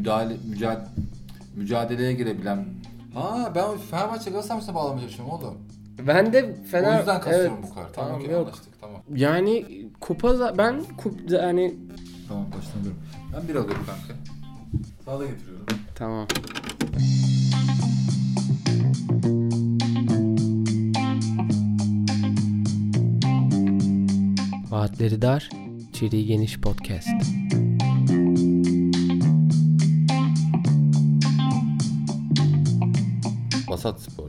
mücadeleye girebilen. Ben Fenerbahçe Galatasaray maçına bağlamaya çalışıyorum oğlum. Ben de O yüzden kasıyorum bu kadar. Tamam okey, yok. anlaştık, tamam. Yani yani Tamam, başlanıyorum. Ben bir alıyorum kanka. Sağda getiriyorum. tamam. Vaatleri dar, içeriği geniş podcast. Vasat Spor.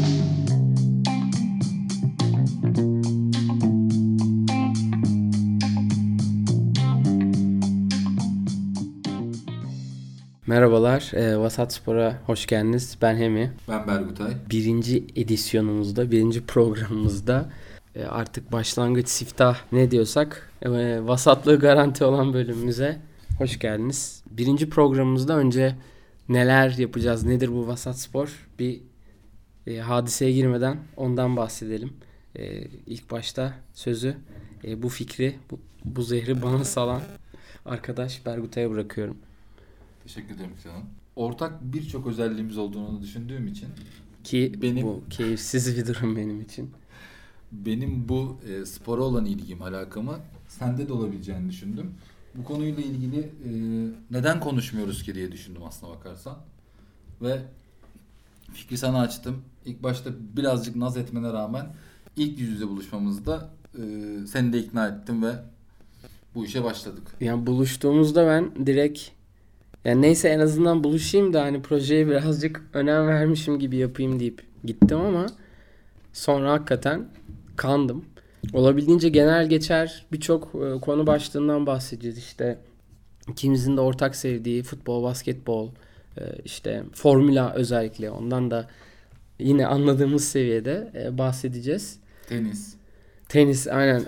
Merhabalar, Vasat Spor'a hoş geldiniz. Ben Hemi. Ben Bergutay. Birinci edisyonumuzda, birinci programımızda artık başlangıç, siftah ne diyorsak vasatlığı garanti olan bölümümüze hoş geldiniz. Birinci programımızda önce neler yapacağız, nedir bu Vasat Spor? Bir hadiseye girmeden ondan bahsedelim. İlk başta sözü bu fikri, bu zehri bana salan arkadaş Bergutay'a bırakıyorum. Teşekkür ederim canım. Ortak birçok özelliğimiz olduğunu düşündüğüm için Ki bu keyifsiz bir durum benim için. Benim bu spora olan ilgim, alakamı sende de olabileceğini düşündüm. Bu konuyla ilgili neden konuşmuyoruz ki diye düşündüm aslına bakarsan. Ve fikri sana açtım. İlk başta birazcık naz etmene rağmen ilk yüz yüze buluşmamızda seni de ikna ettim ve bu işe başladık. Yani buluştuğumuzda ben direkt yani neyse en azından buluşayım da hani projeye birazcık önem vermişim gibi yapayım deyip gittim ama sonra hakikaten kandım. Olabildiğince genel geçer birçok konu başlığından bahsedeceğiz. İşte ikimizin de ortak sevdiği futbol, basketbol, işte formüla özellikle ondan da yine anladığımız seviyede bahsedeceğiz. Tenis aynen.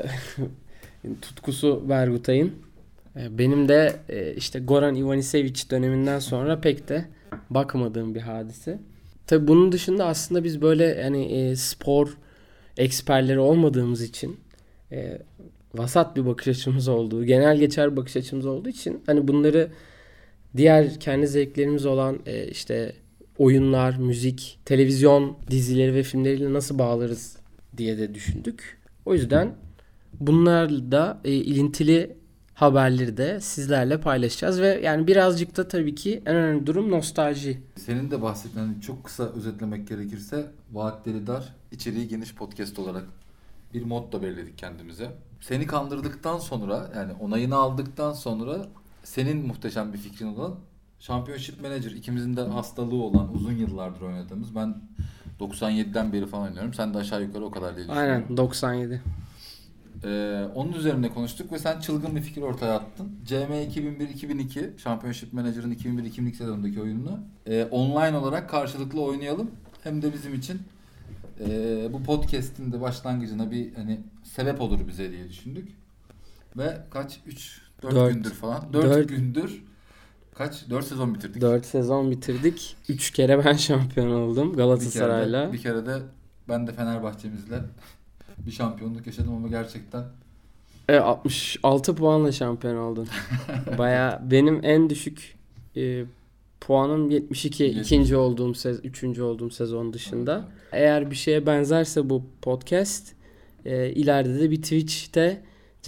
Tutkusu Bergutay'ın. Benim de işte Goran Ivanisevic döneminden sonra pek de bakmadığım bir hadise. Tabii bunun dışında aslında biz böyle yani spor eksperleri olmadığımız için vasat bir bakış açımız olduğu, genel geçer bakış açımız olduğu için hani bunları diğer kendi zevklerimiz olan işte oyunlar, müzik, televizyon dizileri ve filmleriyle nasıl bağlarız diye de düşündük. O yüzden bunlarla da ilintili haberleri de sizlerle paylaşacağız ve yani birazcık da tabii ki en önemli durum nostalji. Senin de bahsettiğin, çok kısa özetlemek gerekirse, vaatleri dar, içeriği geniş podcast olarak bir motto belirledik kendimize. Seni kandırdıktan sonra, yani onayını aldıktan sonra senin muhteşem bir fikrin olan Championship Manager, ikimizin de hastalığı olan, uzun yıllardır oynadığımız, ben 97'den beri falan oynuyorum. Sen de aşağı yukarı o kadar diye düşünüyorum. Aynen 97. Onun üzerine konuştuk ve sen çılgın bir fikir ortaya attın. CM 2001-2002 Championship Manager'ın 2001-2002 sezonundaki oyununu online olarak karşılıklı oynayalım. Hem de bizim için bu podcast'in de başlangıcına bir hani sebep olur bize diye düşündük. Ve kaç? 4 gündür falan. 4 gündür 4 sezon bitirdik. 4 sezon bitirdik. 3 kere ben şampiyon oldum Galatasaray'la. Bir kere de ben de Fenerbahçe'mizle bir şampiyonluk yaşadım ama gerçekten 66 puanla şampiyon oldun. Baya benim en düşük puanım 72. İkinci olduğum üçüncü olduğum sezon dışında. Evet. Eğer bir şeye benzerse bu podcast ileride de bir Twitch'te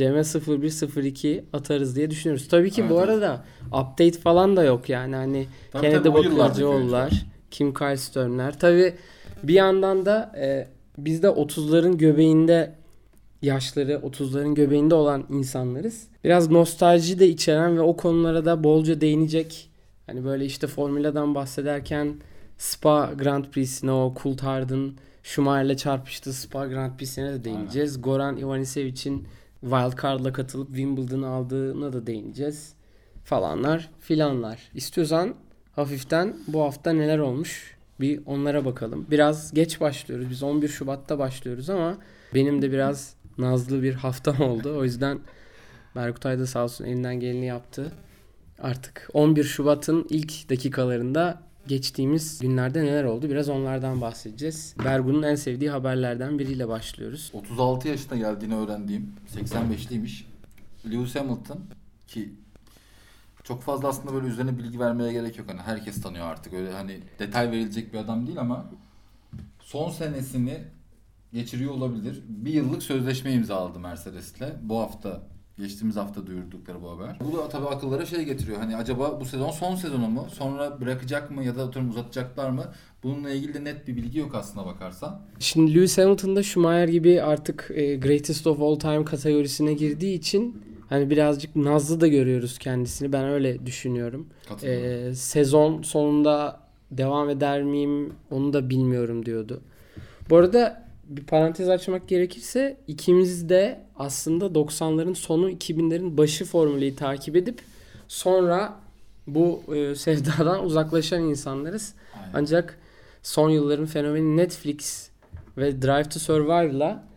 CM0102 atarız diye düşünüyoruz. Tabii ki evet, bu arada update falan da yok yani hani Kennedy Bakırcıoğullar, Kim Kyle-Stern'ler. Tabii bir yandan da biz de 30'ların göbeğinde yaşları 30'ların göbeğinde olan insanlarız. Biraz nostalji de içeren ve o konulara da bolca değinecek. Hani böyle işte formüladan bahsederken Spa Grand Prix'sine, o Coulthard'ın Schumacher'le çarpıştığı Spa Grand Prix'sine de değineceğiz. Aynen. Goran Ivanisevic'in Wildcard'la katılıp Wimbledon'ı aldığına da değineceğiz. Falanlar filanlar. İstiyorsan hafiften bu hafta neler olmuş bir onlara bakalım. Biraz geç başlıyoruz. Biz 11 Şubat'ta başlıyoruz ama benim de biraz nazlı bir haftam oldu. O yüzden Berkutay da sağ olsun elinden geleni yaptı. Artık 11 Şubat'ın ilk dakikalarında geçtiğimiz günlerde neler oldu? Biraz onlardan bahsedeceğiz. Bergun'un en sevdiği haberlerden biriyle başlıyoruz. 36 yaşına geldiğini öğrendiğim, 85'liymiş, Lewis Hamilton ki Çok fazla aslında böyle üzerine bilgi vermeye gerek yok. Hani herkes tanıyor artık. Öyle hani detay verilecek bir adam değil ama son senesini geçiriyor olabilir. Bir yıllık sözleşme imzaladı Mercedes'le. Geçtiğimiz hafta duyurdukları bu haber. Bu da tabii akıllara şey getiriyor. Hani acaba bu sezon son sezonu mu? Sonra bırakacak mı ya da atıyorum uzatacaklar mı? Bununla ilgili de net bir bilgi yok aslına bakarsan. Şimdi Lewis Hamilton da Schumacher gibi artık Greatest of All Time kategorisine girdiği için hani birazcık nazlı da görüyoruz kendisini. Ben öyle düşünüyorum. Sezon sonunda devam eder miyim onu da bilmiyorum diyordu. Bu arada bir parantez açmak gerekirse ikimiz de aslında 90'ların sonu 2000'lerin başı formülü takip edip sonra bu sevdadan uzaklaşan insanlarız. Aynen. Ancak son yılların fenomeni Netflix ve Drive to Survive'la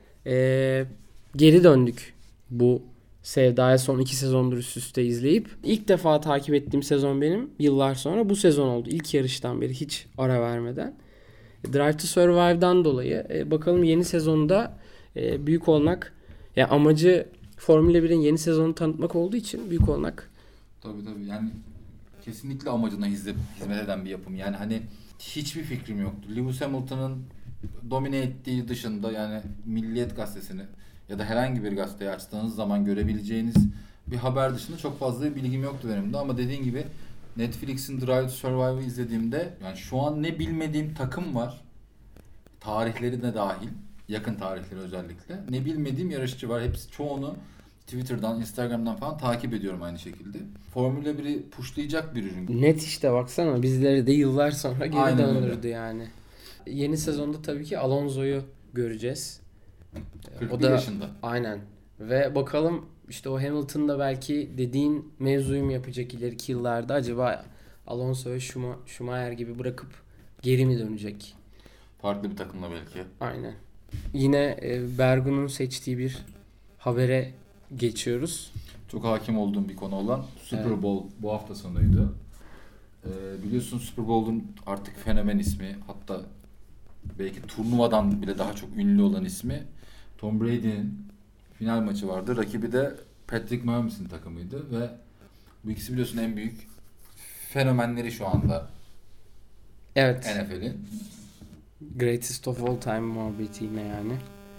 geri döndük bu sevdaya son 2 sezondur üst üste izleyip. İlk defa takip ettiğim sezon benim yıllar sonra bu sezon oldu. İlk yarıştan beri hiç ara vermeden. Drive to Survive'dan dolayı bakalım yeni sezonda büyük olanak yani amacı Formula 1'in yeni sezonu tanıtmak olduğu için büyük olanak. Tabii yani kesinlikle amacına hizmet eden bir yapım. Yani hani hiçbir fikrim yoktu. Lewis Hamilton'ın domine ettiği dışında yani Milliyet gazetesini ya da herhangi bir gazeteyi açtığınız zaman görebileceğiniz bir haber dışında çok fazla bir bilgim yoktu benim de. Ama dediğin gibi Netflix'in Drive to Survive'ı izlediğimde yani şu an ne bilmediğim takım var. Tarihleri de dahil. Yakın tarihleri özellikle. Ne bilmediğim yarışçı var. Çoğunu Twitter'dan, Instagram'dan falan takip ediyorum aynı şekilde. Formula 1'i pushlayacak bir ürün. Net işte baksana bizleri de yıllar sonra geri Aynen döndürdü öyle. yani. Yeni sezonda tabii ki Alonso'yu göreceğiz. 41 yaşında. Aynen. Ve bakalım işte o Hamilton'da belki dediğin mevzuyu mu yapacak ileriki yıllarda acaba Alonso'yu Schumacher gibi bırakıp geri mi dönecek? Farklı bir takımla belki. Aynen. Yine Bergun'un seçtiği bir habere geçiyoruz. Çok hakim olduğum bir konu olan Super Bowl bu hafta sonuydu. Biliyorsun Super Bowl'un artık fenomen ismi, hatta belki turnuvadan bile daha çok ünlü olan ismi Tom Brady'nin final maçı vardı. Rakibi de Patrick Mahomes'in takımıydı ve bu ikisi biliyorsun en büyük fenomenleri şu anda Evet. NFL'in. Greatest of all time muhabbeti yine yani.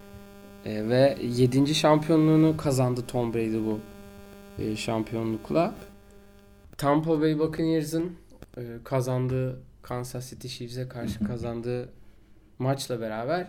Ve 7. şampiyonluğunu kazandı Tom Brady bu şampiyonlukla. Tampa Bay Buccaneers'ın kazandığı Kansas City Chiefs'e karşı kazandığı maçla beraber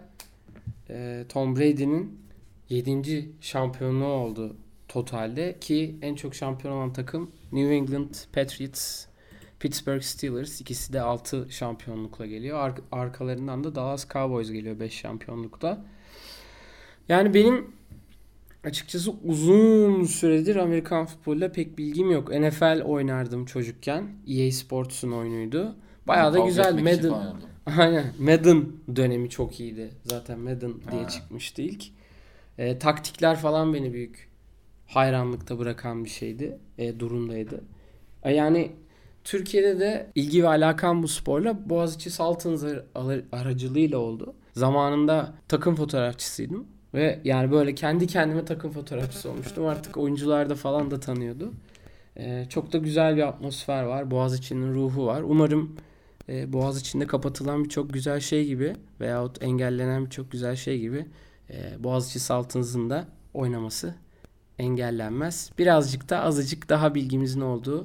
Tom Brady'nin 7. şampiyonluğu oldu totalde ki en çok şampiyon olan takım New England Patriots, Pittsburgh Steelers, ikisi de 6 şampiyonlukla geliyor. Arkalarından da Dallas Cowboys geliyor 5 şampiyonlukla. Yani benim açıkçası uzun süredir Amerikan futboluyla pek bilgim yok. NFL oynardım çocukken. EA Sports'un oyunuydu. Bayağı da güzel. Madden. Aynen. Madden dönemi çok iyiydi. Zaten Madden diye çıkmıştı ilk. Taktikler falan beni büyük hayranlıkta bırakan bir şeydi. Durumdaydı. Yani Türkiye'de de ilgi ve alakam bu sporla Boğaziçi Saltınız aracılığıyla oldu. Zamanında takım fotoğrafçısıydım. Ve yani böyle kendi kendime takım fotoğrafçısı olmuştum. Artık oyuncular da falan da tanıyordu. Çok da güzel bir atmosfer var. Boğaziçi'nin ruhu var. Umarım Boğaziçi'nde kapatılan birçok güzel şey gibi veyahut engellenen birçok güzel şey gibi Boğaziçi Saltınız'ın da oynaması engellenmez. Birazcık da azıcık daha bilgimizin olduğu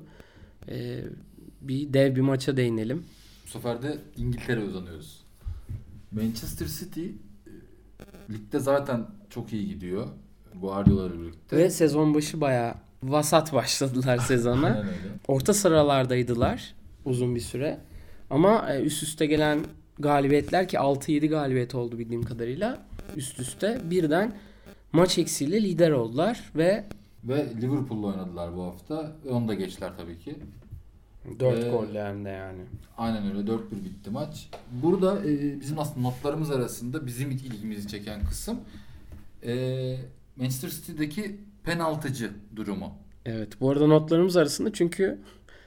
bir dev bir maça değinelim. Bu sefer de İngiltere'ye uzanıyoruz. Manchester City ligde zaten çok iyi gidiyor. Guardiola ile birlikte. Ve sezon başı bayağı vasat başladılar sezona. Orta sıralardaydılar uzun bir süre. Ama üst üste gelen galibiyetler ki 6-7 galibiyet oldu bildiğim kadarıyla üst üste birden maç eksiğiyle lider oldular ve Liverpool'la oynadılar bu hafta. Onu da geçtiler tabii ki. 4 golle hem de yani. Aynen öyle 4-1 bitti maç. Burada bizim aslında notlarımız arasında bizim ilgimizi çeken kısım Manchester City'deki penaltıcı durumu. Evet, bu arada notlarımız arasında çünkü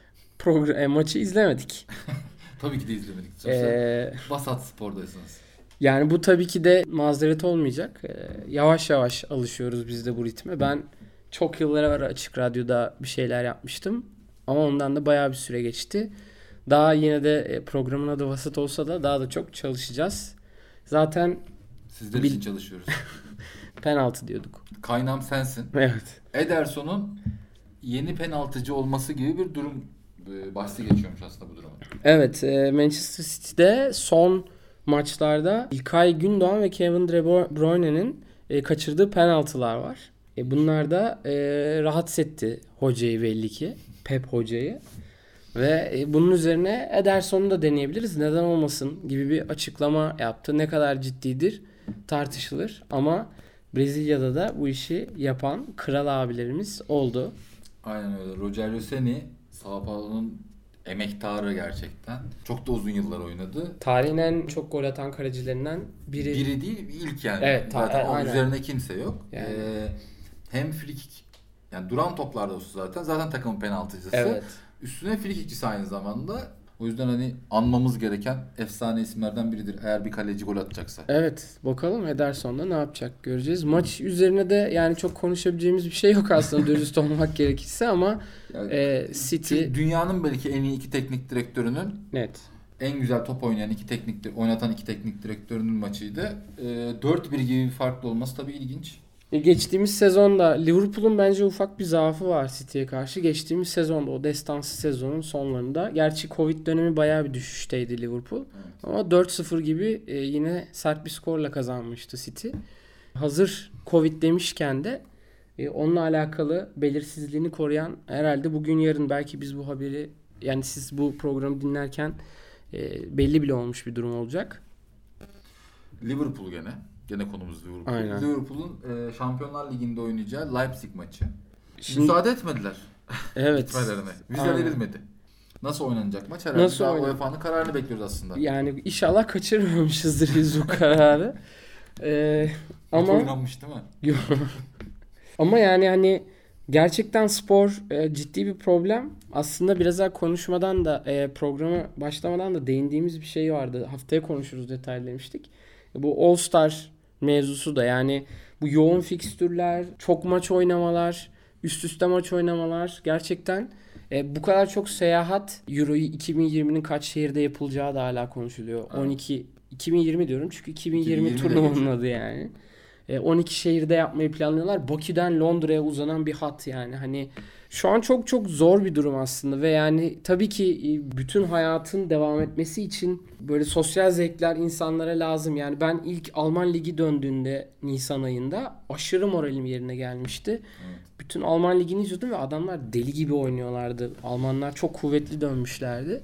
maçı izlemedik. Tabii ki de izlemedik. Vasat Spor'daysınız. Yani bu tabii ki de mazeret olmayacak. Yavaş yavaş alışıyoruz biz de bu ritme. Ben çok yıllar evvel Açık Radyo'da bir şeyler yapmıştım. Ama ondan da bayağı bir süre geçti. Daha yine de programın adı vasat olsa da daha da çok çalışacağız. Zaten Sizler için çalışıyoruz. penaltı diyorduk. Kaynağım sensin. Evet. Ederson'un yeni penaltıcı olması gibi bir durum bahsi geçiyormuş aslında bu duruma. Evet, Manchester City'de son maçlarda İlkay Gündoğan ve Kevin De Bruyne'nin kaçırdığı penaltılar var. Bunlar da rahatsız etti hocayı belli ki. Pep hocayı. Ve bunun üzerine Ederson'u da deneyebiliriz. Neden olmasın gibi bir açıklama yaptı. Ne kadar ciddidir tartışılır. Ama Brezilya'da da bu işi yapan kral abilerimiz oldu. Aynen öyle. Rogerio Ceni, Sao Paulo'nun emektarı gerçekten. Çok da uzun yıllar oynadı. Tarihin en çok gol atan kalecilerinden biri. Biri değil, ilk yani. Evet, zaten onun aynen. üzerine kimse yok. Yani. Hem frikik, yani duran toplarda olsun zaten. Zaten takımın penaltıcısı. Evet. Üstüne frikikçisi aynı zamanda. O yüzden hani anmamız gereken efsane isimlerden biridir. Eğer bir kaleci gol atacaksa. Evet. Bakalım Ederson'da ne yapacak göreceğiz. Maç üzerine de yani çok konuşabileceğimiz bir şey yok aslında dürüst olmak gerekirse ama Yani, City dünyanın belki en iyi iki teknik direktörünün net. en güzel top oynayan oynatan iki teknik direktörünün maçıydı. 4-1 gibi bir farklı olması tabii ilginç. Geçtiğimiz sezonda Liverpool'un bence ufak bir zaafı var City'ye karşı. Geçtiğimiz sezonda o destansı sezonun sonlarında. Gerçi Covid dönemi bayağı bir düşüşteydi Liverpool. Evet. Ama 4-0 gibi yine sert bir skorla kazanmıştı City. Hazır Covid demişken de onunla alakalı belirsizliğini koruyan herhalde bugün yarın belki biz bu haberi yani siz bu programı dinlerken belli bile olmuş bir durum olacak. Liverpool gene. Gene konumuz Liverpool. Aynen. Liverpool'un Şampiyonlar Ligi'nde oynayacağı Leipzig maçı. Şimdi, müsaade etmediler. Evet. Gitmelerine. Vize Aynen. verilmedi. Nasıl oynanacak maç? Herhalde Nasıl daha oynanacak? UEFA'nın kararını bekliyoruz aslında. Yani inşallah kaçırmamışızdır biz bu kararı. Ama oynanmış değil mi? ama yani hani gerçekten spor ciddi bir problem. Aslında biraz daha konuşmadan da programa başlamadan da değindiğimiz bir şey vardı. Haftaya konuşuruz detaylı demiştik. Bu All Star mevzusu da yani bu yoğun fikstürler, çok maç oynamalar, üst üste maç oynamalar gerçekten bu kadar çok seyahat Euro'yu 2020'nin kaç şehirde yapılacağı da hala konuşuluyor. Evet. 2020 diyorum çünkü 2020 2020 turnuvanın adı yani. 12 şehirde yapmayı planlıyorlar. Bakü'den Londra'ya uzanan bir hat yani. Hani şu an çok çok zor bir durum aslında ve yani tabii ki bütün hayatın devam etmesi için böyle sosyal zevkler insanlara lazım. Yani ben ilk Alman Ligi döndüğünde Nisan ayında aşırı moralim yerine gelmişti. Evet. Bütün Alman Ligi'ni izliyordum ve adamlar deli gibi oynuyorlardı. Almanlar çok kuvvetli dönmüşlerdi.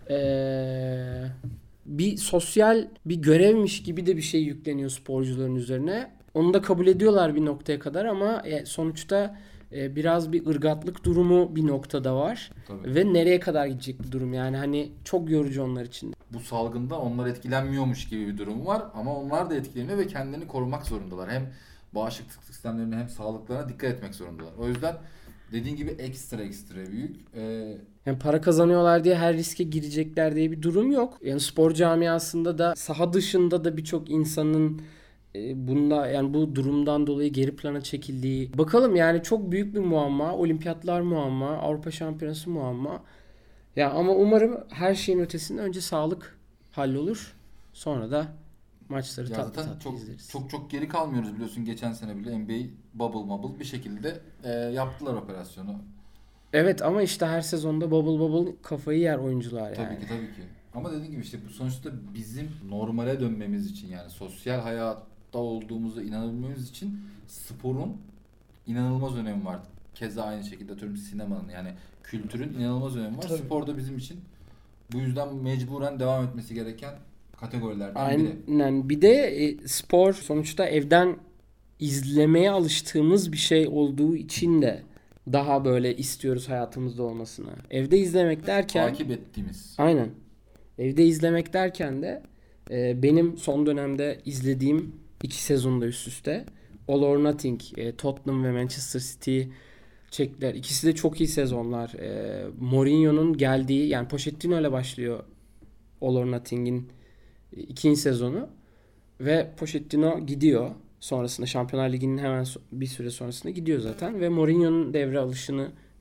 Bir sosyal bir görevmiş gibi de bir şey yükleniyor sporcuların üzerine. Onu da kabul ediyorlar bir noktaya kadar ama sonuçta biraz bir ırgatlık durumu bir noktada var. Tabii. Ve nereye kadar gidecek bu durum yani hani çok yorucu onlar için. Bu salgında onlar etkilenmiyormuş gibi bir durum var ama onlar da etkileniyor ve kendini korumak zorundalar. Hem bağışıklık sistemlerine hem sağlıklarına dikkat etmek zorundalar. O yüzden dediğin gibi ekstra büyük. Yani para kazanıyorlar diye her riske girecekler diye bir durum yok. Yani spor camiasında da saha dışında da birçok insanın bunda yani bu durumdan dolayı geri plana çekildiği. Bakalım yani çok büyük bir muamma. Olimpiyatlar muamma, Avrupa Şampiyonası muamma. Ya ama umarım her şeyin ötesinde önce sağlık hallolur. Sonra da maçları Ya tatlı zaten tatlı izleriz. çok geri kalmıyoruz biliyorsun. Geçen sene bile NBA bubble bir şekilde yaptılar operasyonu. Evet ama işte her sezonda bubble kafayı yer oyuncular yani. Tabii ki. Ama dediğim gibi işte bu sonuçta bizim normale dönmemiz için yani sosyal hayatta olduğumuza inanabilmemiz için sporun inanılmaz önemi var. Keza aynı şekilde atıyorum sinemanın yani kültürün inanılmaz önemi var. Tabii. Spor da bizim için bu yüzden mecburen devam etmesi gereken kategorilerden biri. Aynen. Bir de spor sonuçta evden izlemeye alıştığımız bir şey olduğu için de daha böyle istiyoruz hayatımızda olmasını. Evde izlemek derken Takip ettiğimiz. aynen. Evde izlemek derken de benim son dönemde izlediğim 2 sezonda üst üste All or Nothing, Tottenham ve Manchester City çektiler. İkisi de çok iyi sezonlar. Mourinho'nun geldiği yani Pochettino ile başlıyor All or Nothing'in 2. sezonu ve Pochettino gidiyor. Sonrasında Şampiyonlar Ligi'nin hemen bir süre sonrasında gidiyor zaten ve Mourinho'nun devre alışını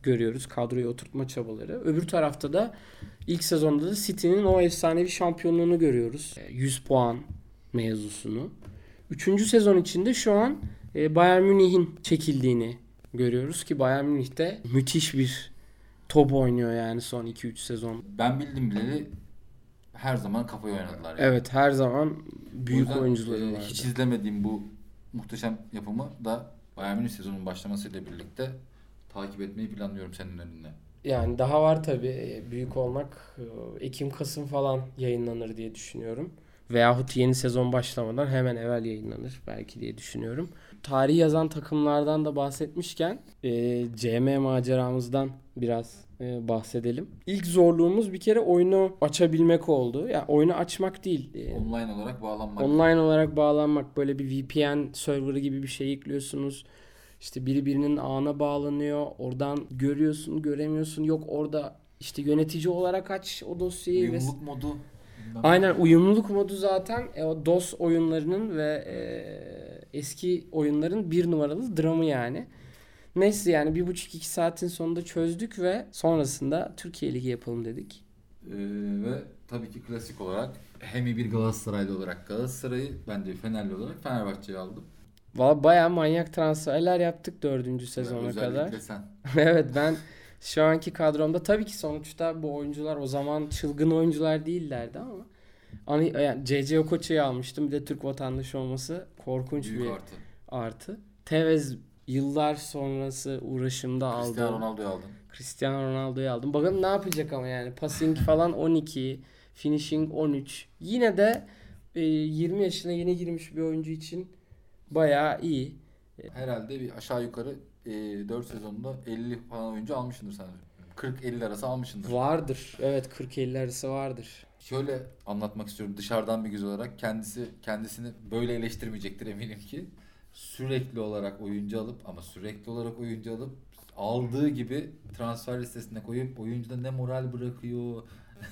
görüyoruz. Kadroyu oturtma çabaları. Öbür tarafta da ilk sezonda da City'nin o efsanevi şampiyonluğunu görüyoruz. 100 puan mevzusunu. 3. sezon içinde şu an Bayern Münih'in çekildiğini görüyoruz ki Bayern Münih'te müthiş bir top oynuyor yani son 2-3 sezon. Ben bildim bileli her zaman kafayı oynadılar. Yani. Evet, her zaman büyük oyuncuları vardı. Hiç izlemediğim bu muhteşem yapımı da Bayern Münih sezonun başlamasıyla birlikte takip etmeyi planlıyorum senin önünde. Yani daha var tabii. Büyük olmak Ekim-Kasım falan yayınlanır diye düşünüyorum. Veyahut yeni sezon başlamadan hemen evvel yayınlanır belki diye düşünüyorum. Tarih yazan takımlardan da bahsetmişken CM maceramızdan biraz bahsedelim. İlk zorluğumuz bir kere oyunu açabilmek oldu. Yani oyunu açmak değil. Online olarak bağlanmak. Online olarak bağlanmak. Böyle bir VPN serverı gibi bir şey yüklüyorsunuz. İşte biri birinin ağına bağlanıyor. Oradan görüyorsun, göremiyorsun. Yok orada işte yönetici olarak aç o dosyayı. Uyumluluk modu. Aynen, uyumluluk modu zaten o DOS oyunlarının ve eski oyunların bir numaralı dramı yani. Neyse yani 1,5-2 saatin sonunda çözdük ve sonrasında Türkiye Ligi yapalım dedik. Ve tabii ki klasik olarak hem bir Galatasaraylı olarak Galatasaray'ı, ben de Fenerli olarak Fenerbahçe'yi aldım. Valla bayağı manyak transferler yaptık 4. sezona kadar. Özellikle sen. Evet, ben şu anki kadromda tabii ki sonuçta bu oyuncular o zaman çılgın oyuncular değillerdi ama yani C.C. Okoç'u almıştım. Bir de Türk vatandaşı olması korkunç Büyük bir artı. Tevez yıllar sonrası uğraşımda aldım. Cristiano Ronaldo'yu aldım. Bakalım ne yapacak ama yani. Passing falan 12, finishing 13. Yine de 20 yaşına yeni girmiş bir oyuncu için bayağı iyi. Herhalde bir aşağı yukarı 4 sezonda 50 falan oyuncu almışsındır sen. 40-50 arası almışsındır. Vardır. Evet, 40-50 arası vardır. Şöyle anlatmak istiyorum dışarıdan bir göz olarak. Kendisini böyle eleştirmeyecektir eminim ki. Sürekli olarak oyuncu alıp aldığı gibi transfer listesine koyup oyuncuda ne moral bırakıyor.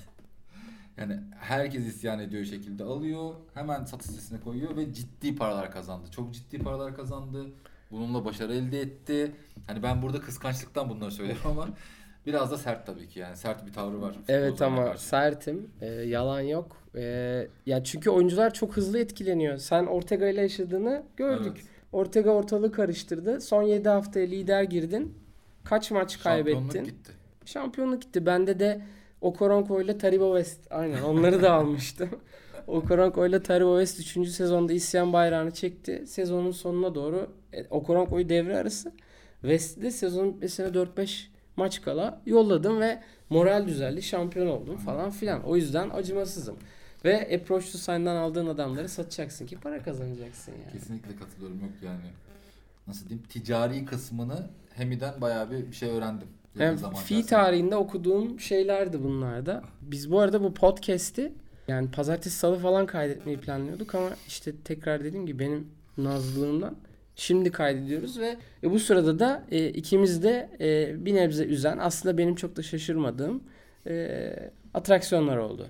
Yani herkes isyan ediyor şekilde alıyor. Hemen satış listesine koyuyor ve ciddi paralar kazandı. Çok ciddi paralar kazandı. Bununla başarı elde etti. Hani ben burada kıskançlıktan bunları söylüyorum ama biraz da sert tabii ki, yani sert bir tavrı var. Evet ama sertim. Yalan yok. Ya çünkü oyuncular çok hızlı etkileniyor. Sen Ortega ile yaşadığını gördük. Evet. Ortega ortalığı karıştırdı. Son 7 haftaya lider girdin. Kaç maç kaybettin? Şampiyonluk gitti. Bende de Okoronkwo ile Taribo West. Aynen, onları da almıştım. Okoronkwo ile Taribo West 3. sezonda isyan bayrağını çekti. Sezonun sonuna doğru Okoronkwo'yu devre arası. West'i de sezonun bitmesine 4-5 maç kala yolladım ve moral düzeldi. Şampiyon oldum falan filan. O yüzden acımasızım. Ve Approach to Sign'dan aldığın adamları satacaksın ki para kazanacaksın yani. Kesinlikle katılıyorum, yok yani. Nasıl diyeyim? Ticari kısmını Hemi'den bayağı bir şey öğrendim. Yani fi tarihinde okuduğum şeylerdi bunlar da. Biz bu arada bu podcast'i yani pazartesi salı falan kaydetmeyi planlıyorduk ama işte tekrar dediğim gibi benim nazlılığımdan şimdi kaydediyoruz ve bu sırada da ikimiz de bir nebze üzen, aslında benim çok da şaşırmadığım atraksiyonlar oldu.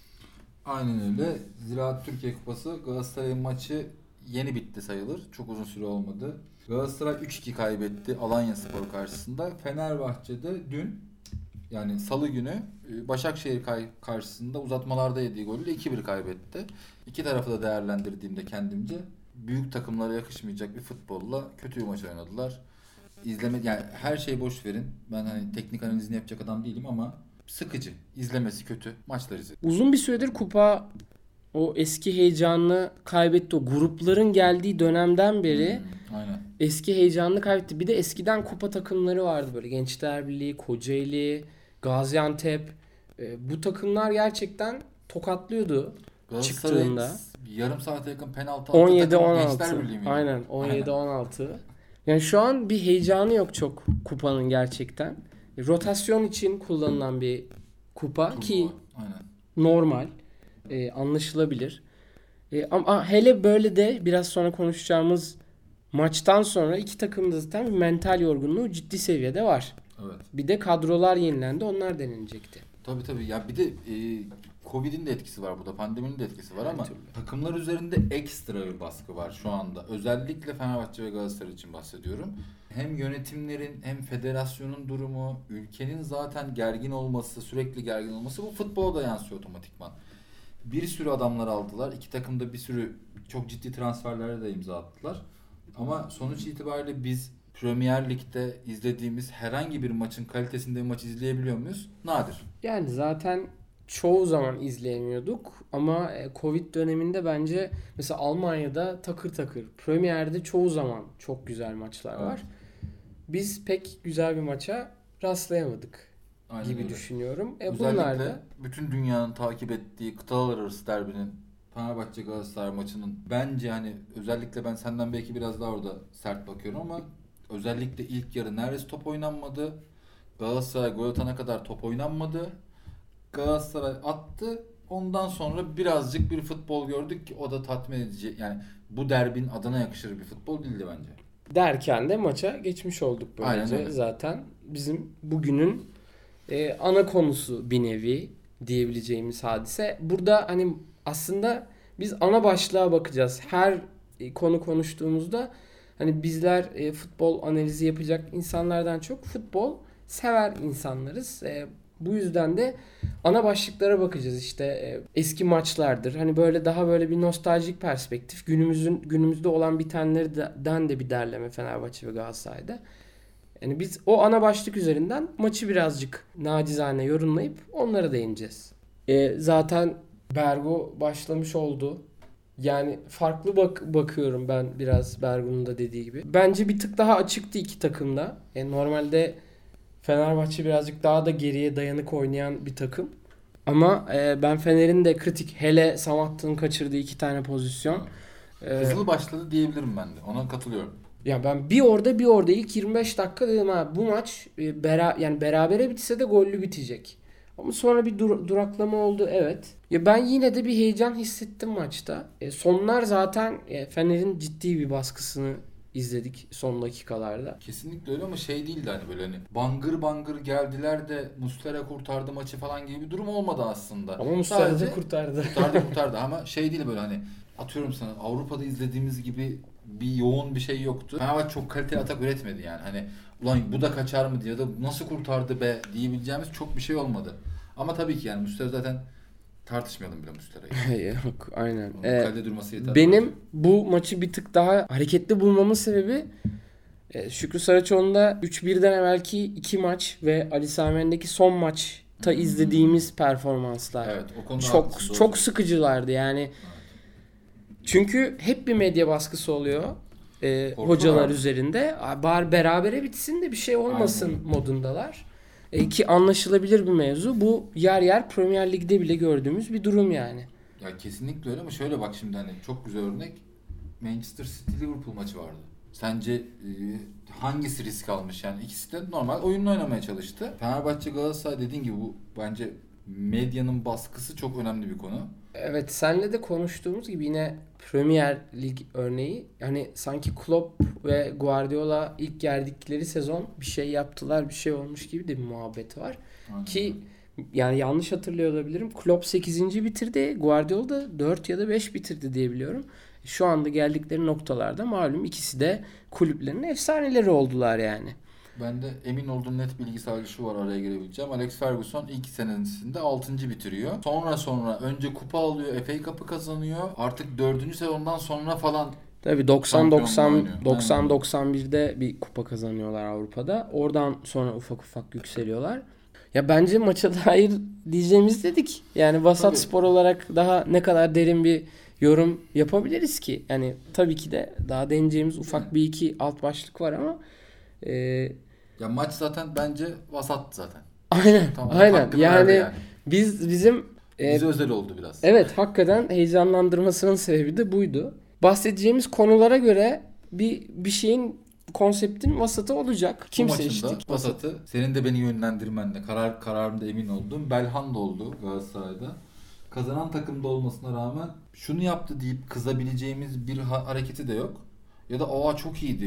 Aynen öyle. Ziraat Türkiye Kupası Galatasaray'ın maçı yeni bitti sayılır. Çok uzun süre olmadı. Galatasaray 3-2 kaybetti Alanyaspor karşısında. Fenerbahçe'de dün, yani salı günü Başakşehir karşısında uzatmalarda yediği golle 2-1 kaybetti. İki tarafı da değerlendirdiğimde kendimce büyük takımlara yakışmayacak bir futbolla kötü bir maç oynadılar. Yani her şeyi boş verin. Ben hani teknik analizini yapacak adam değilim ama sıkıcı. İzlemesi kötü. Maçlar izledim. Uzun bir süredir kupa o eski heyecanını kaybetti. O grupların geldiği dönemden beri aynen. Eski heyecanını kaybetti. Bir de eskiden kupa takımları vardı böyle. Gençler Birliği, Kocaeli, Gaziantep. Bu takımlar gerçekten tokatlıyordu çıktığında. Yarım saate yakın penaltı 17-16. Aynen 17-16. Yani şu an bir heyecanı yok çok kupanın gerçekten. Rotasyon için kullanılan bir kupa ki aynen. Normal. Anlaşılabilir. Ama hele böyle de biraz sonra konuşacağımız maçtan sonra iki takımda zaten bir mental yorgunluğu ciddi seviyede var. Evet. Bir de kadrolar yenilendi. Onlar denilecekti. Tabii. Ya bir de Covid'in de etkisi var burada, pandeminin de etkisi var ama takımlar üzerinde ekstra bir baskı var şu anda. Özellikle Fenerbahçe ve Galatasaray için bahsediyorum. Hem yönetimlerin hem federasyonun durumu, ülkenin zaten gergin olması, sürekli gergin olması bu futbola da yansıyor otomatikman. Bir sürü adamlar aldılar. İki takım da bir sürü çok ciddi transferlere de imza attılar. Ama sonuç itibariyle biz Premier Lig'de izlediğimiz herhangi bir maçın kalitesinde bir maç izleyebiliyor muyuz? Nadir. Yani zaten çoğu zaman izleyemiyorduk ama Covid döneminde bence mesela Almanya'da takır takır, Premier'de çoğu zaman çok güzel maçlar var. Biz pek güzel bir maça rastlayamadık gibi düşünüyorum. Özellikle bunlar da bütün dünyanın takip ettiği kıtalar arası derbinin, Fenerbahçe Galatasaray maçının bence hani özellikle ben senden belki biraz daha orada sert bakıyorum ama özellikle ilk yarı neredeyse top oynanmadı. Galatasaray gol atana kadar top oynanmadı. Galatasaray attı. Ondan sonra birazcık bir futbol gördük ki o da tatmin edici. Yani bu derbinin adına yakışır bir futbol değildi bence. Derken de maça geçmiş olduk böylece. Zaten bizim bugünün ana konusu bir nevi diyebileceğimiz hadise. Burada hani aslında biz ana başlığa bakacağız. Her konu konuştuğumuzda hani bizler futbol analizi yapacak insanlardan çok futbol sever insanlarız. Bu yüzden de ana başlıklara bakacağız. İşte eski maçlardır. Hani böyle daha böyle bir nostaljik perspektif. Günümüzde olan bitenlerden de bir derleme Fenerbahçe ve Galatasaray'da. Yani biz o ana başlık üzerinden maçı birazcık nacizane yorumlayıp onlara değineceğiz. Zaten Bergo başlamış oldu. Yani farklı bakıyorum ben biraz Bergo'nun da dediği gibi. Bence bir tık daha açıktı iki takımda. Normalde Fenerbahçe birazcık daha da geriye dayanık oynayan bir takım. Ama ben Fener'in de kritik, hele Samatta'nın kaçırdığı 2 tane pozisyon. Hızlı başladı diyebilirim ben de. Ona katılıyorum. Ya ben bir orada ilk 25 dakika dedim ha bu maç yani berabere bitse de gollü bitecek. Ama sonra bir duraklama oldu, evet. Ya ben yine de bir heyecan hissettim maçta. Sonlar zaten Fener'in ciddi bir baskısını izledik son dakikalarda. Kesinlikle öyle ama şey değildi hani böyle hani bangır bangır geldiler de Muslera kurtardı maçı falan gibi bir durum olmadı aslında. Ama Muslera da kurtardı. Kurtardı ama şey değil böyle hani atıyorum sana Avrupa'da izlediğimiz gibi bir yoğun bir şey yoktu. Fenerbahçe çok kaliteli atak üretmedi yani. Hani ulan bu da kaçar mı diye ya da nasıl kurtardı be diyebileceğimiz çok bir şey olmadı. Ama tabii ki yani Muslera zaten tartışmayalım bile Muslera'yı. Yok, aynen. Kalede durması yeter. Benim bu maçı bir tık daha hareketli bulmamın sebebi Şükrü Saraçoğlu'nda 3-1'den evvelki 2 maç ve Ali Samiyen'deki son maçta izlediğimiz performanslar. Evet, o konuda çok sıkıcılardı yani. Evet. Çünkü hep bir medya baskısı oluyor hocalar üzerinde. Bari berabere bitsin de bir şey olmasın modundalar. Ki anlaşılabilir bir mevzu. Bu yer yer Premier Lig'de bile gördüğümüz bir durum yani. Ya kesinlikle öyle ama şöyle bak şimdi hani çok güzel örnek. Manchester City Liverpool maçı vardı. Sence hangisi risk almış? Yani ikisi de normal oyununu oynamaya çalıştı. Fenerbahçe Galatasaray dediğin gibi bu bence medyanın baskısı çok önemli bir konu. Evet, senle de konuştuğumuz gibi yine Premier Lig örneği. Yani sanki Klopp ve Guardiola ilk geldikleri sezon bir şey yaptılar, bir şey olmuş gibi de bir muhabbeti var. Aynen. Ki yani yanlış hatırlıyor olabilirim. Klopp 8. bitirdi. Guardiola da 4 ya da 5 bitirdi diye biliyorum. Şu anda geldikleri noktalarda malum ikisi de kulüplerin efsaneleri oldular yani. Ben de emin olduğum net bilgi sadece şu var, araya girebileceğim. Alex Ferguson ilk senesinde 6. bitiriyor. Sonra önce kupa alıyor, FA Cup'ı kazanıyor. Artık 4. sezondan sonra falan tabii 90-91'de bir kupa kazanıyorlar Avrupa'da. Oradan sonra ufak yükseliyorlar. Ya bence maça dair diyeceğimiz dedik. Yani Vasat Spor olarak daha ne kadar derin bir yorum yapabiliriz ki? Yani tabii ki de daha değineceğimiz ufak bir iki alt başlık var ama ya maç zaten bence vasattı zaten. Aynen. Yani bizim bize özel oldu biraz. Evet, hakikaten heyecanlandırmasının sebebi de buydu. Bahsedeceğimiz konulara göre bir şeyin, konseptin vasatı olacak. Kim seçtik? Vasatı senin de beni yönlendirmenle kararımda emin olduğum Belhanda oldu Galatasaray'da. Kazanan takımda olmasına rağmen şunu yaptı deyip kızabileceğimiz bir hareketi de yok. Ya da çok iyiydi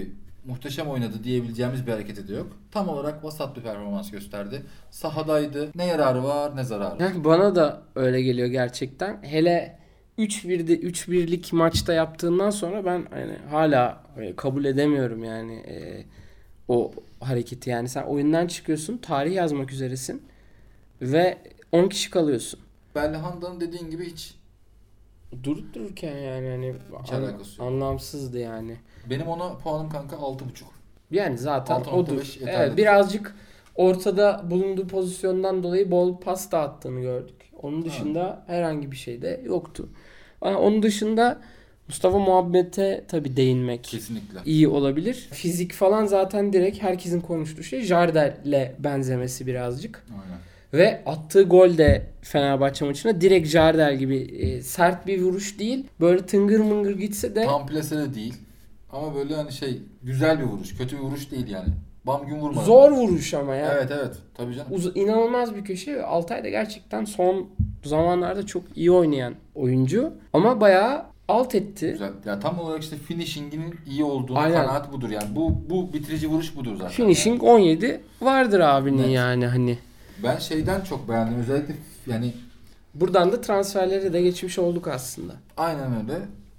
muhteşem oynadı diyebileceğimiz bir hareketi de yok. Tam olarak vasat bir performans gösterdi. Sahadaydı. Ne yararı var ne zararı. Yani bana da öyle geliyor gerçekten. Hele 3-1'lik maçta yaptığından sonra ben hani hala kabul edemiyorum yani o hareketi. Yani sen oyundan çıkıyorsun, tarih yazmak üzeresin ve 10 kişi kalıyorsun. Belhanda'nın dediğin gibi hiç Durup dururken yani hani alakası yok. anlamsızdı yani. Benim ona puanım kanka 6.5. Yani zaten 6.5 odur. yeterli. Evet, birazcık ortada bulunduğu pozisyondan dolayı bol pas dağıttığını gördük. Onun dışında herhangi bir şey de yoktu. Ama onun dışında Mustafa Muhammed'e tabii değinmek Kesinlikle. iyi olabilir. Fizik falan zaten direkt herkesin konuştuğu şey. Jardel'le benzemesi birazcık. Aynen. Ve attığı gol de Fenerbahçe maçına direkt Jardel gibi sert bir vuruş değil. Böyle tıngır mıngır gitse de Tam plase de değil. Ama böyle hani güzel bir vuruş. Kötü bir vuruş değil yani. Bam gün vurmadı. zor vuruş ama ya. Evet evet. Tabii canım. İnanılmaz bir köşe. Altay da gerçekten son zamanlarda çok iyi oynayan oyuncu. Ama bayağı alt etti. Güzel. Ya tam olarak işte finishing'inin iyi olduğunu Aynen. kanaat budur yani. Bu bitirici vuruş budur zaten. Finishing yani. 17 vardır abinin Evet. yani hani. Ben çok beğendim. Özellikle yani Buradan da transferleri de geçmiş olduk aslında. aynen öyle.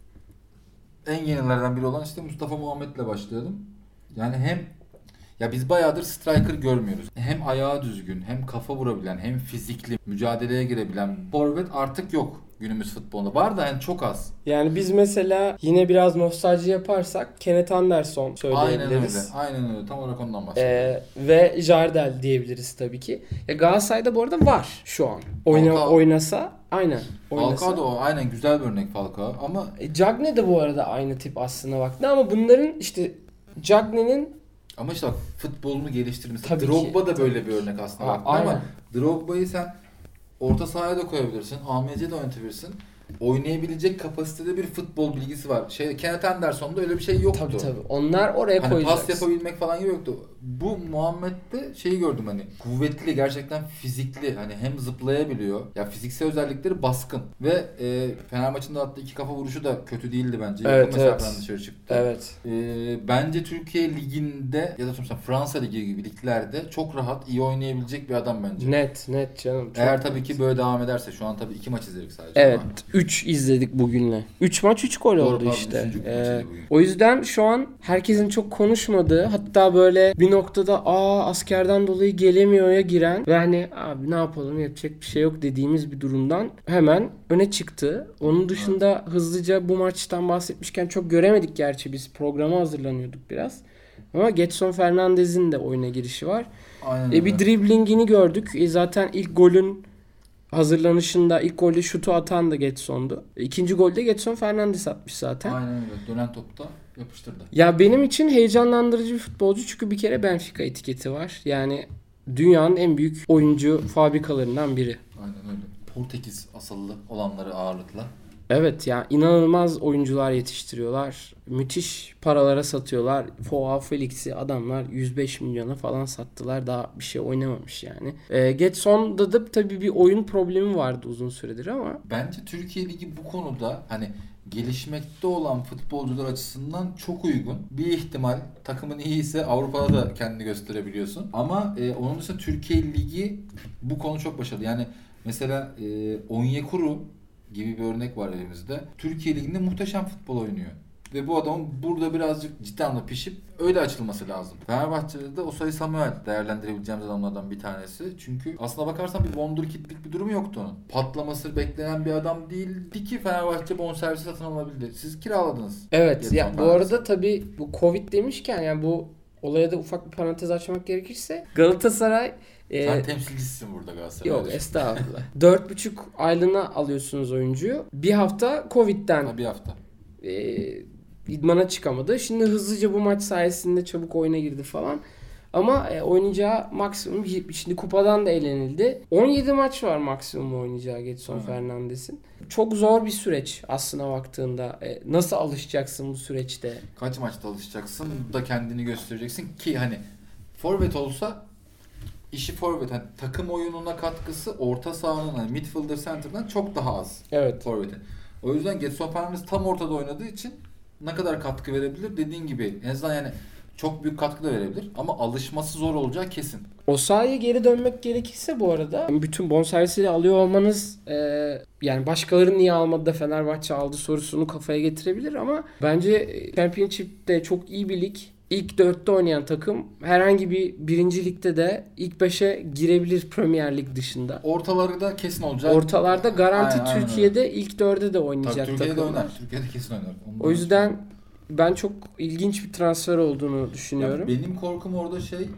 En yenilerden biri olan işte Mustafa Muhammed'le başlayalım. Yani ya biz bayağıdır striker görmüyoruz. Hem ayağı düzgün, hem kafa vurabilen, hem fizikli, mücadeleye girebilen forvet artık yok günümüz futbolunda. Var da yani çok az. Yani biz mesela yine biraz nostalji yaparsak Kenneth Anderson söyleyebiliriz. Aynen öyle. Tam olarak ondan bahsediyorum. Ve Jardel diyebiliriz tabii ki. Galatasaray'da bu arada var şu an. Falcao. Oynasa aynen. Falcao da aynen güzel bir örnek Falcao ama Cagne de bu arada aynı tip aslında baktı ama bunların işte Cagne'nin işte bak, futbolunu geliştirmesi. Tabii Drogba ki. da böyle bir örnek aslında baktın Aynen. ama Drogba'yı sen orta sahaya da koyabilirsin. AMC'de de oynatabilirsin. Oynayabilecek kapasitede bir futbol bilgisi var. Kenneth Anderson'da öyle bir şey yoktu. Tabii. Onlar oraya Hani koyacaksın. pas yapabilmek falan gibi yoktu. Bu Muhammed'de gördüm hani kuvvetli, gerçekten fizikli, hani hem zıplayabiliyor. Ya fiziksel özellikleri baskın ve Fener maçında attığı 2 kafa vuruşu da kötü değildi bence. Evet, Yakın mesafeden dışarı çıktı. Evet. Bence Türkiye liginde ya da mesela Fransa ligi gibi liglerde çok rahat iyi oynayabilecek bir adam bence. Net canım. Çok Eğer tabii net. ki böyle devam ederse, şu an tabii 2 maç izledik sadece Evet. ama. 3 izledik bugünle. 3 maç 3 gol Doğru, oldu pardon, işte. üçüncü maçıydı bugün. O yüzden şu an herkesin çok konuşmadığı, hatta böyle bir noktada askerden dolayı gelemiyor'ya giren ve hani abi ne yapalım, yapacak bir şey yok dediğimiz bir durumdan hemen öne çıktı. Onun dışında hızlıca bu maçtan bahsetmişken çok göremedik gerçi, biz programa hazırlanıyorduk biraz. Ama Gedson Fernandez'in de oyuna girişi var. Aynen öyle. Bir driblingini gördük. Zaten ilk golün hazırlanışında ilk golde şutu atan da Getson'du. İkinci golde Gedson Fernandes atmış zaten. Aynen öyle. Dönen topta yapıştırdı. Ya benim için heyecanlandırıcı bir futbolcu çünkü bir kere Benfica etiketi var. Yani dünyanın en büyük oyuncu fabrikalarından biri. Aynen öyle. Portekiz asıllı olanları ağırlıkla. Evet ya, inanılmaz oyuncular yetiştiriyorlar. Müthiş paralara satıyorlar. Joao Felix'i adamlar 105 milyona falan sattılar. Daha bir şey oynamamış yani. Getson'da da tabii bir oyun problemi vardı uzun süredir ama. Bence Türkiye Ligi bu konuda hani gelişmekte olan futbolcular açısından çok uygun. Bir ihtimal takımın iyiyse Avrupa'da da kendini gösterebiliyorsun. Ama onun dışında Türkiye Ligi bu konu çok başarılı. Yani mesela Onyekuru gibi bir örnek var elimizde. Türkiye Ligi'nde muhteşem futbol oynuyor. Ve bu adamın burada birazcık ciddi anlamda pişip öyle açılması lazım. Fenerbahçe'de de Osayi Samuel değerlendirebileceğimiz adamlardan bir tanesi. Çünkü aslına bakarsan bir wonderkid'lik bir durumu yoktu onun. Patlaması beklenen bir adam değildi ki Fenerbahçe bonservisi satın alabildi. Siz kiraladınız. Evet ya, bu Fenerbahçe. arada tabii bu Covid demişken yani bu olaya da ufak bir parantez açmak gerekirse Galatasaray Sen temsilcisisin burada Galatasaray'da. yok estağfurullah. 4,5 aylığına alıyorsunuz oyuncuyu. Bir hafta Covid'den Bir hafta. idmana çıkamadı. Şimdi hızlıca bu maç sayesinde çabuk oyuna girdi falan. Ama oynayacağı maksimum, şimdi kupadan da elenildi. 17 maç var maksimum oynayacağı Gedson Fernandes'in. Çok zor bir süreç aslına baktığında. Nasıl alışacaksın bu süreçte? Kaç maçta alışacaksın da kendini göstereceksin ki hani forvet olsa işi forvet, hani takım oyununa katkısı orta sahanın, hani midfielder center'dan çok daha az. Evet. Forvet'in. O yüzden Gedson Fernandes tam ortada oynadığı için ne kadar katkı verebilir dediğin gibi en azından yani çok büyük katkı da verebilir. Ama alışması zor olacağı kesin. O sahaya geri dönmek gerekirse bu arada bütün bonservisiyle alıyor olmanız yani başkaları niye almadı da Fenerbahçe aldı sorusunu kafaya getirebilir ama bence Championship'te çok iyi bir lig. İlk 4'te oynayan takım herhangi bir birinci ligde de ilk 5'e girebilir Premier Lig dışında. Ortaları da kesin olacak. Ortalarda garanti Aynen Türkiye'de öyle. ilk 4'e de oynayacak Tabii Türkiye'de takımlar. oynar. Türkiye'de kesin oynar. O yüzden ben çok ilginç bir transfer olduğunu düşünüyorum. Ya benim korkum orada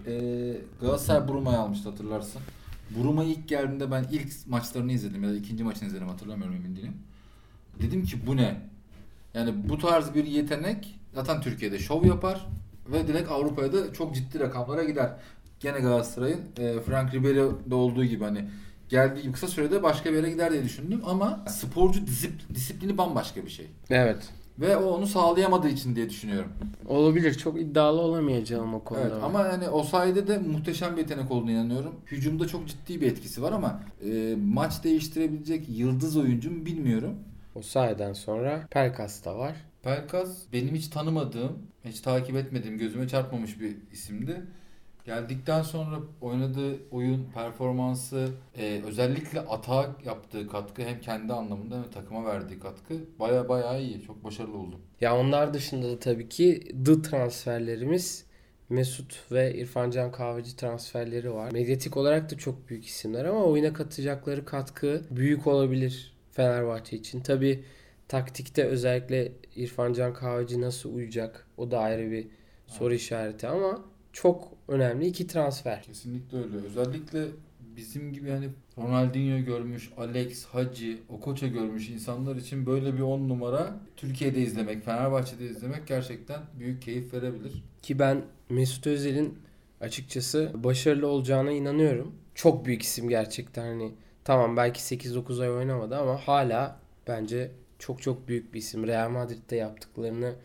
Galatasaray Bruma'yı almıştı hatırlarsın. Bruma ilk geldiğinde ben ilk maçlarını izledim ya da ikinci maçını izledim hatırlamıyorum emin değilim. Dedim ki bu ne? Yani bu tarz bir yetenek zaten Türkiye'de şov yapar ve direkt Avrupa'ya da çok ciddi rakamlara gider. Gene Galatasaray'ın Frank Ribery'de olduğu gibi hani geldiği gibi kısa sürede başka bir yere gider diye düşündüm ama sporcu disiplini bambaşka bir şey. Evet. Ve o onu sağlayamadığı için diye düşünüyorum. Olabilir. Çok iddialı olamayacağım o konuda. Evet, ama yani o sayede de muhteşem bir yetenek olduğunu inanıyorum. Hücumda çok ciddi bir etkisi var ama maç değiştirebilecek yıldız oyuncu mu bilmiyorum. O sayeden sonra Pelkas da var. Pelkas benim hiç tanımadığım, hiç takip etmediğim, gözüme çarpmamış bir isimdi. Geldikten sonra oynadığı oyun, performansı, özellikle atağa yaptığı katkı hem kendi anlamında hem de takıma verdiği katkı baya iyi. Çok başarılı oldu. Ya onlar dışında da tabii ki transferlerimiz Mesut ve İrfan Can Kahveci transferleri var. Medyatik olarak da çok büyük isimler ama oyuna katacakları katkı büyük olabilir Fenerbahçe için. Tabii taktikte özellikle İrfan Can Kahveci nasıl uyacak o da ayrı bir soru işareti ama çok önemli iki transfer. Kesinlikle öyle. Özellikle bizim gibi hani Ronaldinho görmüş, Alex, Hacı, Okocha görmüş insanlar için böyle bir 10 numara Türkiye'de izlemek, Fenerbahçe'de izlemek gerçekten büyük keyif verebilir. Ki ben Mesut Özil'in açıkçası başarılı olacağına inanıyorum. Çok büyük isim gerçekten hani tamam belki 8-9 ay oynamadı ama hala bence çok büyük bir isim. Real Madrid'de yaptıklarını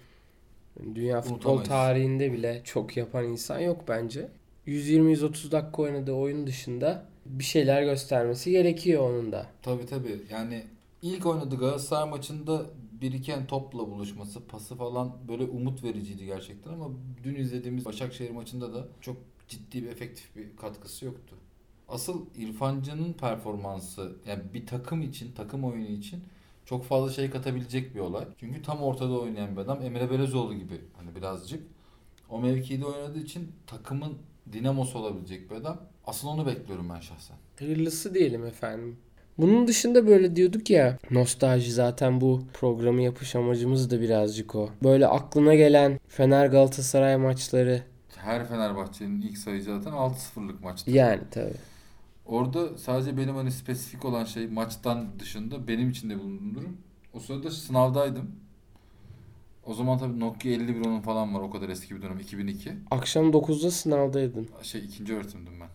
dünya futbol Unutamayız. tarihinde bile çok yapan insan yok bence. 120-130 dakika oynadığı oyun dışında bir şeyler göstermesi gerekiyor onun da. Tabii. Yani ilk oynadığı Galatasaray maçında biriken topla buluşması, pası falan böyle umut vericiydi gerçekten ama dün izlediğimiz Başakşehir maçında da çok ciddi bir efektif bir katkısı yoktu. Asıl İrfan Can'ın performansı yani bir takım için, takım oyunu için çok fazla şey katabilecek bir olay. Çünkü tam ortada oynayan bir adam Emre Belözoğlu gibi hani birazcık o mevkide oynadığı için takımın dinamosu olabilecek bir adam. Asıl onu bekliyorum ben şahsen. Hayırlısı diyelim efendim. Bunun dışında böyle diyorduk ya nostalji zaten bu programı yapış amacımız da birazcık o. Böyle aklına gelen Fener Galatasaray maçları. Her Fenerbahçe'nin ilk sayıcı zaten 6-0'lık maçtı. Yani tabii. Orada sadece benim hani spesifik olan şey maçtan dışında benim için de bulunduğum durum. O sırada sınavdaydım. O zaman tabii Nokia 5110 falan var o kadar eski bir dönem 2002. Akşam 9'da sınavdaydın. İkinci öğretimdim ben.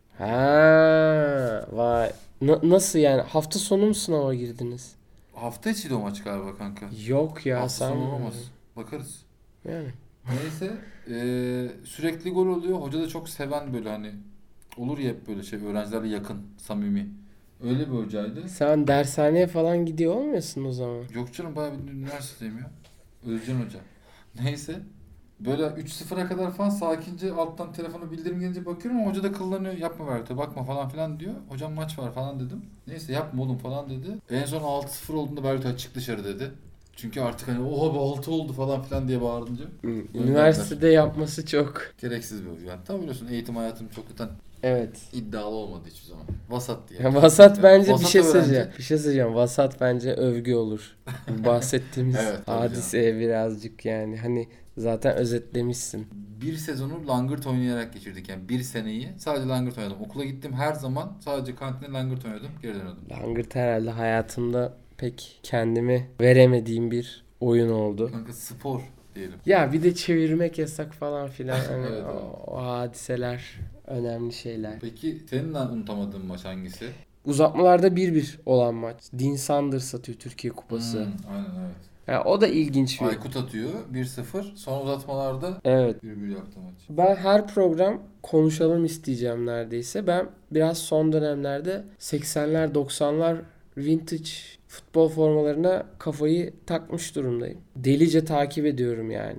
Ha, vay. Nasıl yani? Hafta sonu mu sınava girdiniz? Hafta içiydi o maç galiba kanka. Yok ya Hafta sen. sonu olamaz. Bakarız. Yani. Neyse sürekli gol oluyor. Hoca da çok seven böyle hani olur ya hep böyle öğrencilerle yakın, samimi. Öyle bir hocaydı. Sen dershaneye falan gidiyor olmuyorsun o zaman. Yok canım bayağı bir üniversitedeyim ya. Özcan Hoca. Neyse. Böyle 3-0'a kadar falan sakince alttan telefona bildirim gelince bakıyorum ama hoca da kıllanıyor. Yapma Berto bakma falan filan diyor. Hocam maç var falan dedim. Neyse yapma oğlum falan dedi. En son 6-0 olduğunda Berto çık dışarı dedi. Çünkü artık hani oha be 6 oldu falan filan diye bağırınca. Üniversitede yapması çok. Gereksiz bir oyun. Tam biliyorsun eğitim hayatım çok Evet. iddialı olmadı hiçbir zaman. Vasat diye. Ya vasat bence Vasat bir şey öğrenci. söyleyeceğim. Bir şey söyleyeceğim. Vasat bence övgü olur. Bahsettiğimiz Evet, tabii hadiseye birazcık yani. Hani zaten özetlemişsin. Bir sezonu langırt oynayarak geçirdik yani bir seneyi sadece langırt oynadım. Okula gittim her zaman sadece kantinde langırt oynadım geri dönüyordum. Langırt herhalde hayatımda pek kendimi veremediğim bir oyun oldu. Kanka spor diyelim. Ya bir de çevirmek yasak falan filan. Hani Evet, o hadiseler önemli şeyler. Peki senin unutamadığın maç hangisi? Uzatmalarda 1-1 olan maç. Dean Sanders atıyor Türkiye Kupası. Aynen evet. Ya o da ilginç bir. Aykut atıyor 1-0 sonra uzatmalarda Evet. 1-1 yaptı maç. Ben her program konuşalım isteyeceğim neredeyse. Ben biraz son dönemlerde 80'ler 90'lar vintage futbol formalarına kafayı takmış durumdayım. Delice takip ediyorum yani.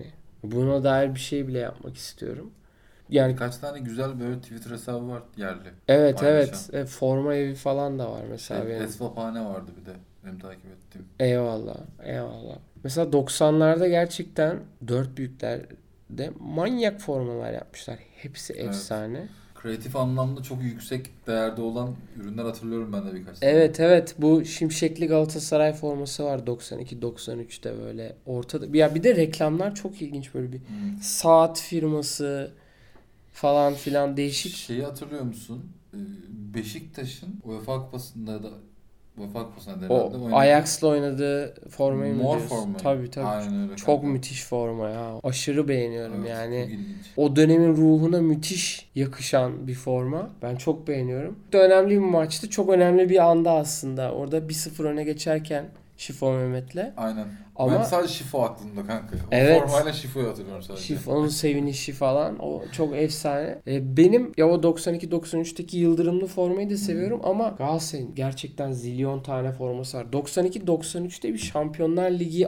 Buna dair bir şey bile yapmak istiyorum. Yani Kaç tane güzel böyle Twitter hesabı var yerli. evet Paylaşan. evet. Forma evi falan da var mesela benim. Esvaphane vardı bir de benim takip ettiğim. Eyvallah, eyvallah. Mesela 90'larda gerçekten dört büyüklerde manyak formalar yapmışlar. Hepsi Evet. efsane. Kreatif anlamda çok yüksek değerde olan ürünler hatırlıyorum ben de birkaç tane. Evet evet, bu Şimşekli Galatasaray forması var 92-93'te böyle ortada. Ya bir de reklamlar çok ilginç, böyle bir saat firması falan filan değişik. Şeyi hatırlıyor musun? Beşiktaş'ın UEFA Kupası'nda da UEFA Kupası'nda da O herhalde oynadığı Ajax'la oynadığı formayı mı mor diyorsun? forma. Tabii tabii. Aynen öyle Çok kanka. müthiş forma ya. Aşırı beğeniyorum Evet, yani. çok ilginç. O dönemin ruhuna müthiş yakışan bir forma. Ben çok beğeniyorum. Çok da önemli bir maçtı. Çok önemli bir anda aslında. Orada 1-0 öne geçerken Şifo Mehmet'le. Aynen. Ama Ben sadece Şifo aklımda kanka. O evet, formayla Şifo'yu hatırlıyorum sadece. Şifo'nun sevinişi falan o çok efsane. Benim ya o 92-93'teki yıldırımlı formayı da seviyorum ama Galatasaray'ın gerçekten zilyon tane forması var. 92-93'te bir Şampiyonlar Ligi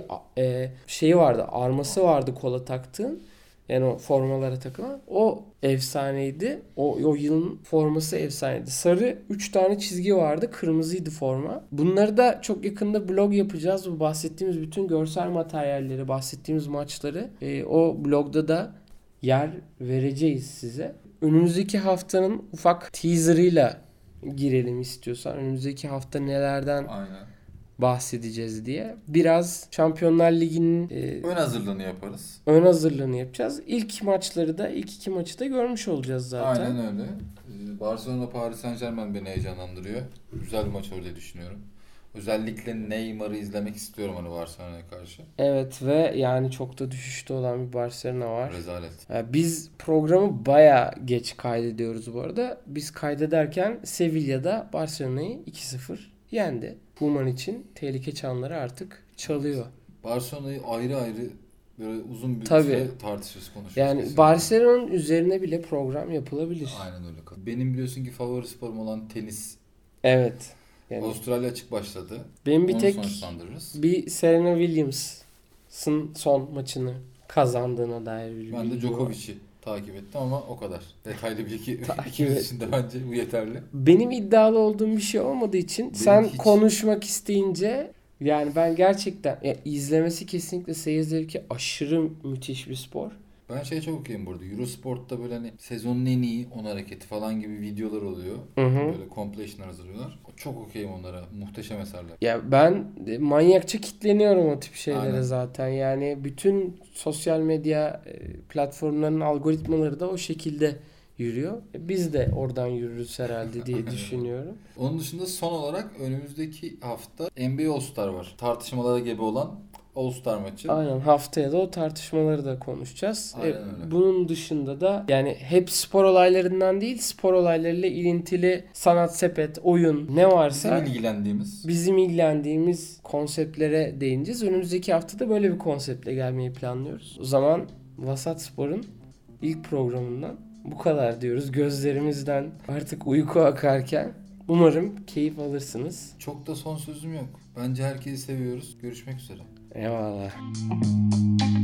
şeyi vardı, arması vardı kola taktığın. Yani o formalara takılan. O efsaneydi. O yılın forması efsaneydi. Sarı 3 tane çizgi vardı. Kırmızıydı forma. Bunları da çok yakında blog yapacağız. Bu bahsettiğimiz bütün görsel materyalleri, bahsettiğimiz maçları o blogda da yer vereceğiz size. Önümüzdeki haftanın ufak teaserıyla girelim istiyorsan. Önümüzdeki hafta nelerden Aynen. bahsedeceğiz diye. Biraz Şampiyonlar Ligi'nin Ön hazırlığını yaparız. ön hazırlığını yapacağız. İlk maçları da, ilk iki maçı da görmüş olacağız zaten. Aynen öyle. Barcelona Paris Saint-Germain beni heyecanlandırıyor. Güzel bir maç olur diye düşünüyorum. Özellikle Neymar'ı izlemek istiyorum hani Barcelona'ya karşı. Evet ve yani çok da düşüşte olan bir Barcelona var. Rezalet. Biz programı baya geç kaydediyoruz bu arada. Biz kaydederken Sevilla'da Barcelona'yı 2-0 yendi. Koeman için tehlike çanları artık çalıyor. Barcelona'yı ayrı ayrı böyle uzun bir Tabii. süre tartışırız, konuşuruz. Yani kesinlikle. Barcelona'nın üzerine bile program yapılabilir. Aynen öyle. Benim biliyorsun ki favori sporum olan tenis. Evet. Yani Avustralya açık başladı. benim bir Onu tek sonuçlandırırız. bir Serena Williams'ın son maçını kazandığına dair bir Ben de bilgi var. Djokovic'i takip ettim ama o kadar. Detaylı bilgi Takip ikimiz et. için de bence bu yeterli. Benim iddialı olduğum bir şey olmadığı için sen konuşmak isteyince yani ben gerçekten izlemesi kesinlikle seyir zevki aşırı müthiş bir spor. Ben çok okuyayım burada. Eurosport'ta böyle hani sezonun en iyi 10 hareketi falan gibi videolar oluyor. Hı hı. Böyle compilation'lar hazırlıyorlar. Çok okuyayım onlara. Muhteşem eserler. Ya ben manyakça kitleniyorum o tip şeylere Aynen. zaten. Yani bütün sosyal medya platformlarının algoritmaları da o şekilde yürüyor. Biz de oradan yürürüz herhalde diye düşünüyorum. Onun dışında son olarak önümüzdeki hafta NBA All-Star var. Tartışmalara gebe olan All-Star maçı. Aynen, haftaya da o tartışmaları da konuşacağız. Aynen öyle. Bunun dışında da yani hep spor olaylarından değil, spor olaylarıyla ilintili sanat, sepet, oyun ne varsa Bizim ilgilendiğimiz konseptlere değineceğiz. Önümüzdeki hafta da böyle bir konseptle gelmeyi planlıyoruz. O zaman Vasat Spor'un ilk programından bu kadar diyoruz. Gözlerimizden artık uyku akarken umarım keyif alırsınız. Çok da son sözüm yok. Bence herkesi seviyoruz. Görüşmek üzere. Eyvallah.